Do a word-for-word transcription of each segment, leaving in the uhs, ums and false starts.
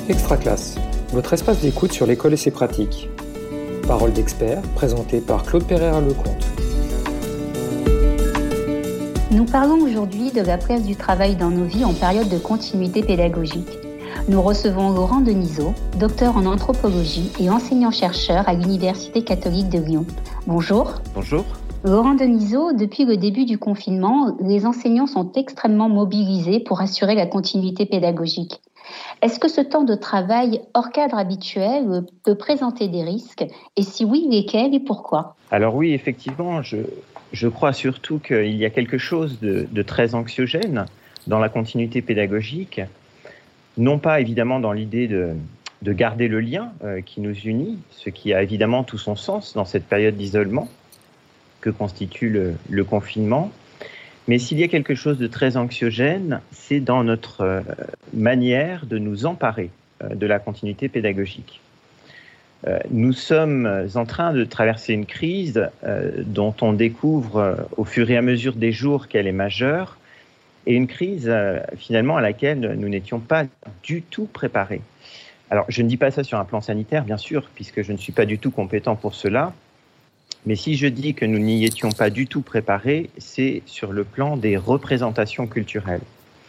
Extraclasse, votre espace d'écoute sur l'école et ses pratiques. Parole d'expert, présentée par Claude Pereira-Lecomte. Nous parlons aujourd'hui de la place du travail dans nos vies en période de continuité pédagogique. Nous recevons Laurent Denisot, docteur en anthropologie et enseignant-chercheur à l'Université catholique de Lyon. Bonjour. Bonjour. Laurent Denisot, depuis le début du confinement, les enseignants sont extrêmement mobilisés pour assurer la continuité pédagogique. Est-ce que ce temps de travail hors cadre habituel peut présenter des risques? Et si oui, lesquels et pourquoi? Alors oui, effectivement, je, je crois surtout qu'il y a quelque chose de, de très anxiogène dans la continuité pédagogique. Non pas évidemment dans l'idée de, de garder le lien euh, qui nous unit, ce qui a évidemment tout son sens dans cette période d'isolement que constitue le, le confinement. Mais s'il y a quelque chose de très anxiogène, c'est dans notre euh, manière de nous emparer euh, de la continuité pédagogique. Euh, nous sommes en train de traverser une crise euh, dont on découvre euh, au fur et à mesure des jours qu'elle est majeure, et une crise euh, finalement à laquelle nous n'étions pas du tout préparés. Alors je ne dis pas ça sur un plan sanitaire, bien sûr, puisque je ne suis pas du tout compétent pour cela. Mais si je dis que nous n'y étions pas du tout préparés, c'est sur le plan des représentations culturelles.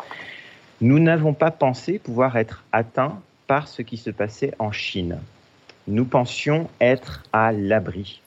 Nous n'avons pas pensé pouvoir être atteints par ce qui se passait en Chine. Nous pensions être à l'abri.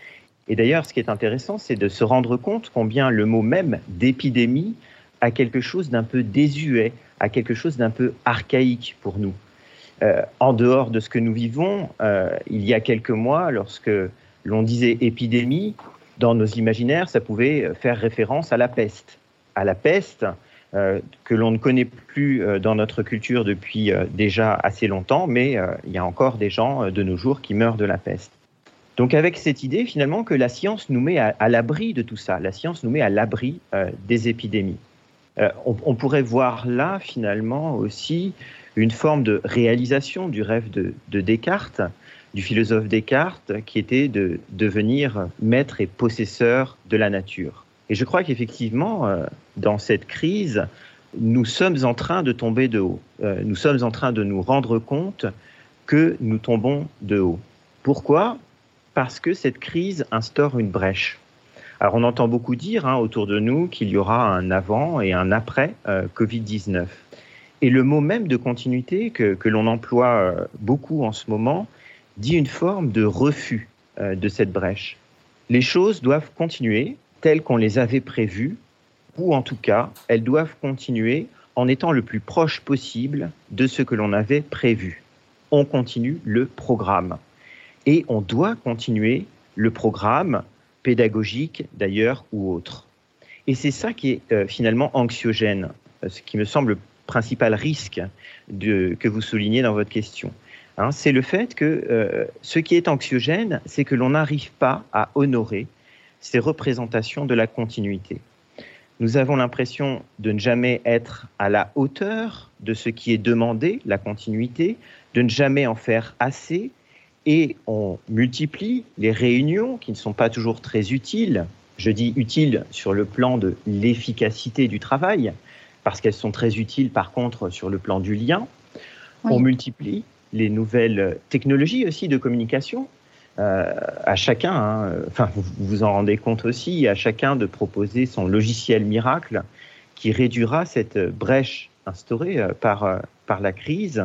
Et d'ailleurs, ce qui est intéressant, c'est de se rendre compte combien le mot même d'épidémie a quelque chose d'un peu désuet, a quelque chose d'un peu archaïque pour nous. Euh, en dehors de ce que nous vivons, euh, il y a quelques mois, lorsque l'on disait épidémie, dans nos imaginaires, ça pouvait faire référence à la peste. À la peste, euh, que l'on ne connaît plus euh, dans notre culture depuis euh, déjà assez longtemps, mais euh, il y a encore des gens euh, de nos jours qui meurent de la peste. Donc avec cette idée, finalement, que la science nous met à, à l'abri de tout ça, la science nous met à l'abri euh, des épidémies. Euh, on, on pourrait voir là, finalement, aussi une forme de réalisation du rêve de, de Descartes, du philosophe Descartes, qui était de devenir maître et possesseur de la nature. Et je crois qu'effectivement, euh, dans cette crise, nous sommes en train de tomber de haut. Euh, nous sommes en train de nous rendre compte que nous tombons de haut. Pourquoi ? Parce que cette crise instaure une brèche. Alors on entend beaucoup dire hein, autour de nous qu'il y aura un avant et un après euh, covid dix-neuf. Et le mot même de continuité que, que l'on emploie euh, beaucoup en ce moment dit une forme de refus euh, de cette brèche. Les choses doivent continuer telles qu'on les avait prévues, ou en tout cas, elles doivent continuer en étant le plus proche possible de ce que l'on avait prévu. On continue le programme. Et on doit continuer le programme pédagogique d'ailleurs ou autre. Et c'est ça qui est euh, finalement anxiogène, ce qui me semble le principal risque de, que vous soulignez dans votre question. Hein, c'est le fait que euh, ce qui est anxiogène, c'est que l'on n'arrive pas à honorer ces représentations de la continuité. Nous avons l'impression de ne jamais être à la hauteur de ce qui est demandé, la continuité, de ne jamais en faire assez, et on multiplie les réunions qui ne sont pas toujours très utiles. Je dis utiles sur le plan de l'efficacité du travail, parce qu'elles sont très utiles par contre sur le plan du lien. Oui. On multiplie les nouvelles technologies aussi de communication, euh, à chacun, hein, enfin vous vous en rendez compte aussi, à chacun de proposer son logiciel miracle qui réduira cette brèche instaurée euh, par, euh, par la crise.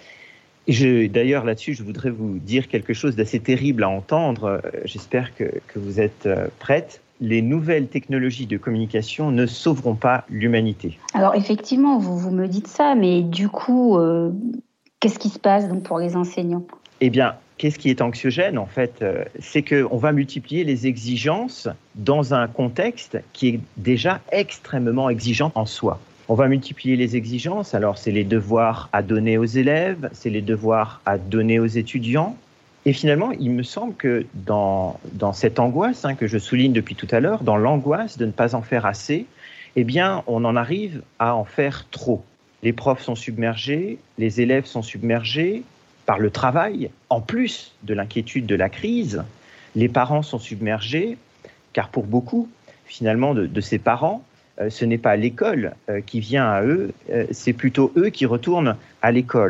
Et je, d'ailleurs là-dessus, je voudrais vous dire quelque chose d'assez terrible à entendre, j'espère que, que vous êtes euh, prête. Les nouvelles technologies de communication ne sauveront pas l'humanité. Alors effectivement, vous, vous me dites ça, mais du coup... Euh... Qu'est-ce qui se passe donc pour les enseignants ? Eh bien, qu'est-ce qui est anxiogène en fait ? euh, C'est qu'on va multiplier les exigences dans un contexte qui est déjà extrêmement exigeant en soi. On va multiplier les exigences, alors c'est les devoirs à donner aux élèves, c'est les devoirs à donner aux étudiants. Et finalement, il me semble que dans, dans cette angoisse hein, que je souligne depuis tout à l'heure, dans l'angoisse de ne pas en faire assez, eh bien, on en arrive à en faire trop. Les profs sont submergés, les élèves sont submergés par le travail, en plus de l'inquiétude de la crise. Les parents sont submergés, car pour beaucoup, finalement, de, de ces parents, euh, ce n'est pas l'école euh, qui vient à eux, euh, c'est plutôt eux qui retournent à l'école.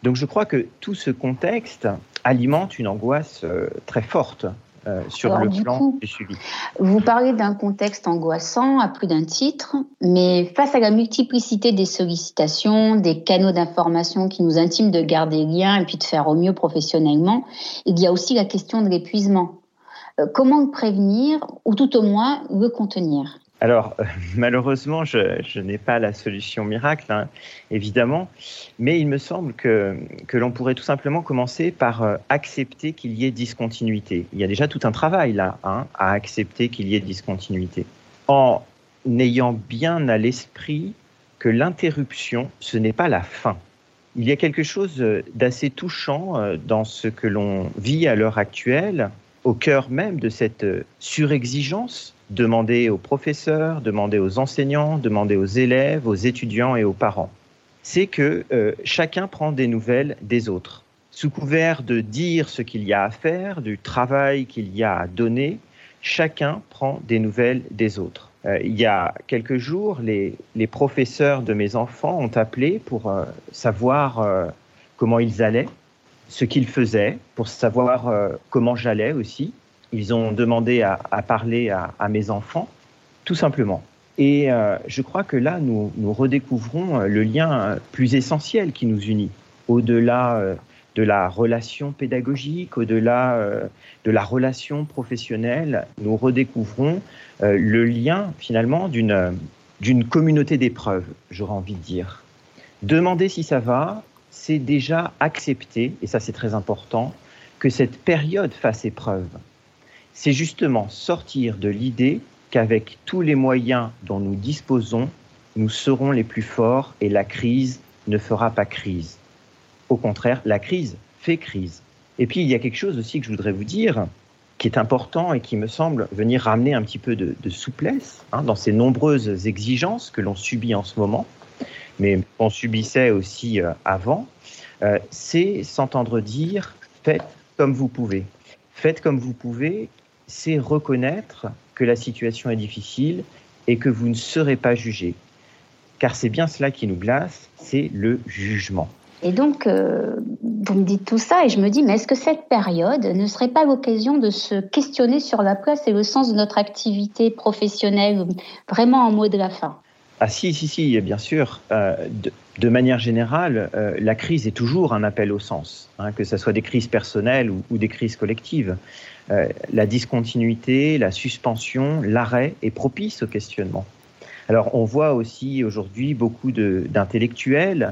Donc je crois que tout ce contexte alimente une angoisse euh, très forte euh, sur Alors, le du plan coup, du suivi. vous parlez d'un contexte angoissant à plus d'un titre, mais face à la multiplicité des sollicitations, des canaux d'information qui nous intiment de garder lien et puis de faire au mieux professionnellement, il y a aussi la question de l'épuisement. Euh, comment le prévenir ou tout au moins le contenir ? Alors, euh, malheureusement, je, je n'ai pas la solution miracle, hein, évidemment, mais il me semble que, que l'on pourrait tout simplement commencer par euh, accepter qu'il y ait discontinuité. Il y a déjà tout un travail là, hein, à accepter qu'il y ait discontinuité. En ayant bien à l'esprit que l'interruption, ce n'est pas la fin. Il y a quelque chose d'assez touchant euh, dans ce que l'on vit à l'heure actuelle, au cœur même de cette surexigence demandée aux professeurs, demandée aux enseignants, demandée aux élèves, aux étudiants et aux parents. C'est que euh, chacun prend des nouvelles des autres. Sous couvert de dire ce qu'il y a à faire, du travail qu'il y a à donner, chacun prend des nouvelles des autres. Euh, il y a quelques jours, les, les professeurs de mes enfants ont appelé pour euh, savoir euh, comment ils allaient, ce qu'ils faisaient, pour savoir euh, comment j'allais aussi. Ils ont demandé à, à parler à, à mes enfants, tout simplement. Et euh, je crois que là, nous, nous redécouvrons le lien plus essentiel qui nous unit, au-delà euh, de la relation pédagogique, au-delà euh, de la relation professionnelle. Nous redécouvrons euh, le lien, finalement, d'une, d'une communauté d'épreuves, j'aurais envie de dire. Demander si ça va, c'est déjà accepter, et ça c'est très important, que cette période fasse épreuve. C'est justement sortir de l'idée qu'avec tous les moyens dont nous disposons, nous serons les plus forts et la crise ne fera pas crise. Au contraire, la crise fait crise. Et puis il y a quelque chose aussi que je voudrais vous dire, qui est important et qui me semble venir ramener un petit peu de, de souplesse hein, dans ces nombreuses exigences que l'on subit en ce moment, mais qu'on subissait aussi euh, avant, euh, c'est s'entendre dire « faites comme vous pouvez ». Faites comme vous pouvez, c'est reconnaître que la situation est difficile et que vous ne serez pas jugé. Car c'est bien cela qui nous glace, c'est le jugement. Et donc, euh, vous me dites tout ça et je me dis, mais est-ce que cette période ne serait pas l'occasion de se questionner sur la place et le sens de notre activité professionnelle, vraiment en mot de la fin ? Ah si, si, si, bien sûr. Euh, de, de manière générale, euh, la crise est toujours un appel au sens, hein, que ce soit des crises personnelles ou, ou des crises collectives. Euh, la discontinuité, la suspension, l'arrêt est propice au questionnement. Alors, on voit aussi aujourd'hui beaucoup de, d'intellectuels,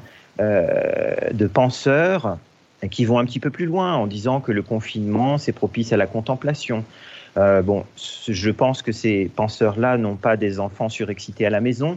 euh, de penseurs qui vont un petit peu plus loin en disant que le confinement, c'est propice à la contemplation. Euh, bon, je pense que ces penseurs-là n'ont pas des enfants surexcités à la maison.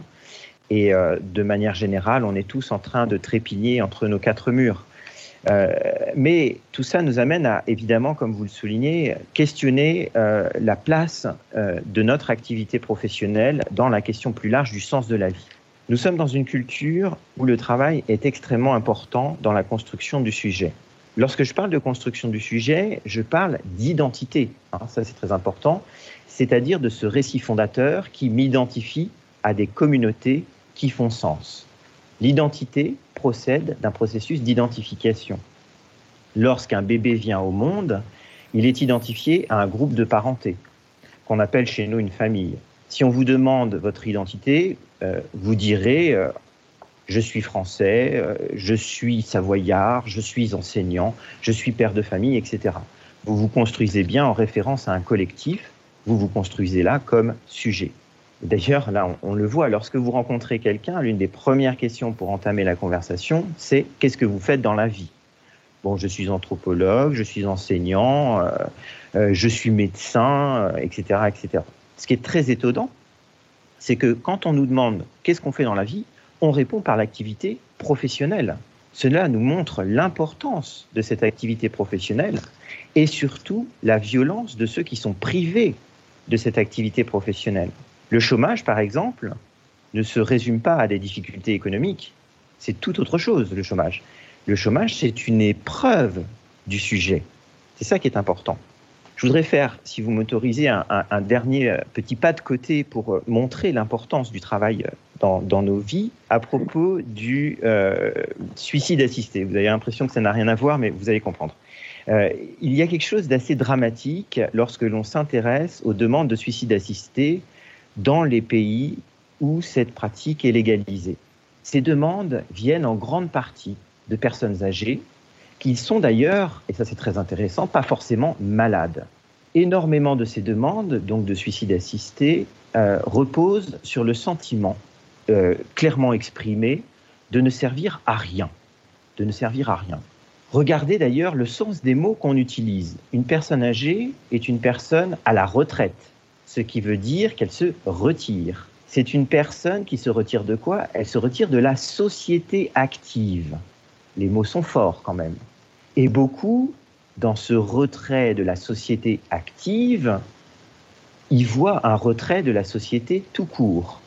Et euh, de manière générale, on est tous en train de trépigner entre nos quatre murs. Euh, mais tout ça nous amène à, évidemment, comme vous le soulignez, questionner euh, la place euh, de notre activité professionnelle dans la question plus large du sens de la vie. Nous sommes dans une culture où le travail est extrêmement important dans la construction du sujet. Lorsque je parle de construction du sujet, je parle d'identité. Hein, ça, c'est très important. C'est-à-dire de ce récit fondateur qui m'identifie à des communautés qui font sens. L'identité procède d'un processus d'identification. Lorsqu'un bébé vient au monde, il est identifié à un groupe de parenté, qu'on appelle chez nous une famille. Si on vous demande votre identité, euh, vous direz euh, « je suis français, euh, je suis savoyard, je suis enseignant, je suis père de famille, et cetera » Vous vous construisez bien en référence à un collectif, vous vous construisez là comme sujet. D'ailleurs, là, on, on le voit, lorsque vous rencontrez quelqu'un, l'une des premières questions pour entamer la conversation, c'est « qu'est-ce que vous faites dans la vie ?» Bon, je suis anthropologue, je suis enseignant, euh, euh, je suis médecin, euh, et cetera, et cetera. Ce qui est très étonnant, c'est que quand on nous demande « qu'est-ce qu'on fait dans la vie ?» on répond par l'activité professionnelle. Cela nous montre l'importance de cette activité professionnelle et surtout la violence de ceux qui sont privés de cette activité professionnelle. Le chômage, par exemple, ne se résume pas à des difficultés économiques. C'est tout autre chose, le chômage. Le chômage, c'est une épreuve du sujet. C'est ça qui est important. Je voudrais faire, si vous m'autorisez, un, un, un dernier petit pas de côté pour montrer l'importance du travail dans, dans nos vies à propos du euh, suicide assisté. Vous avez l'impression que ça n'a rien à voir, mais vous allez comprendre. Euh, il y a quelque chose d'assez dramatique lorsque l'on s'intéresse aux demandes de suicide assisté dans les pays où cette pratique est légalisée. Ces demandes viennent en grande partie de personnes âgées qui sont d'ailleurs, et ça c'est très intéressant, pas forcément malades. Énormément de ces demandes, donc de suicide assisté, euh, reposent sur le sentiment euh, clairement exprimé de ne servir à rien, de ne servir à rien. Regardez d'ailleurs le sens des mots qu'on utilise. Une personne âgée est une personne à la retraite, ce qui veut dire qu'elle se retire. C'est une personne qui se retire de quoi ? Elle se retire de la société active. Les mots sont forts quand même. Et beaucoup, dans ce retrait de la société active, y voient un retrait de la société tout court.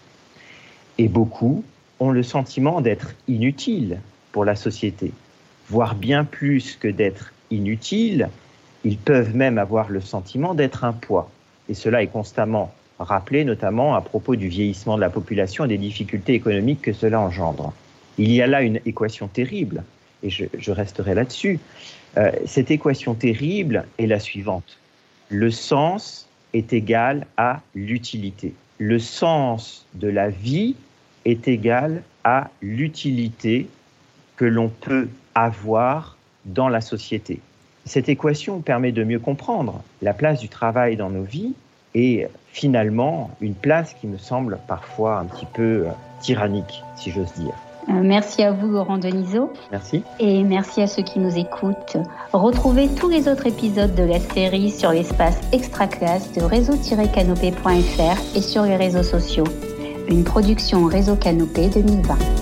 Et beaucoup ont le sentiment d'être inutiles pour la société, voire bien plus que d'être inutiles, ils peuvent même avoir le sentiment d'être un poids. Et cela est constamment rappelé, notamment à propos du vieillissement de la population et des difficultés économiques que cela engendre. Il y a là une équation terrible, et je, je resterai là-dessus. Euh, cette équation terrible est la suivante. Le sens est égal à l'utilité. Le sens de la vie est égal à l'utilité que l'on peut avoir dans la société. Cette équation permet de mieux comprendre la place du travail dans nos vies et finalement une place qui me semble parfois un petit peu tyrannique, si j'ose dire. Merci à vous, Laurent Denisot. Merci. Et merci à ceux qui nous écoutent. Retrouvez tous les autres épisodes de la série sur l'espace extra-classe de réseau tiret canopé point f r et sur les réseaux sociaux. Une production Réseau Canopé deux mille vingt.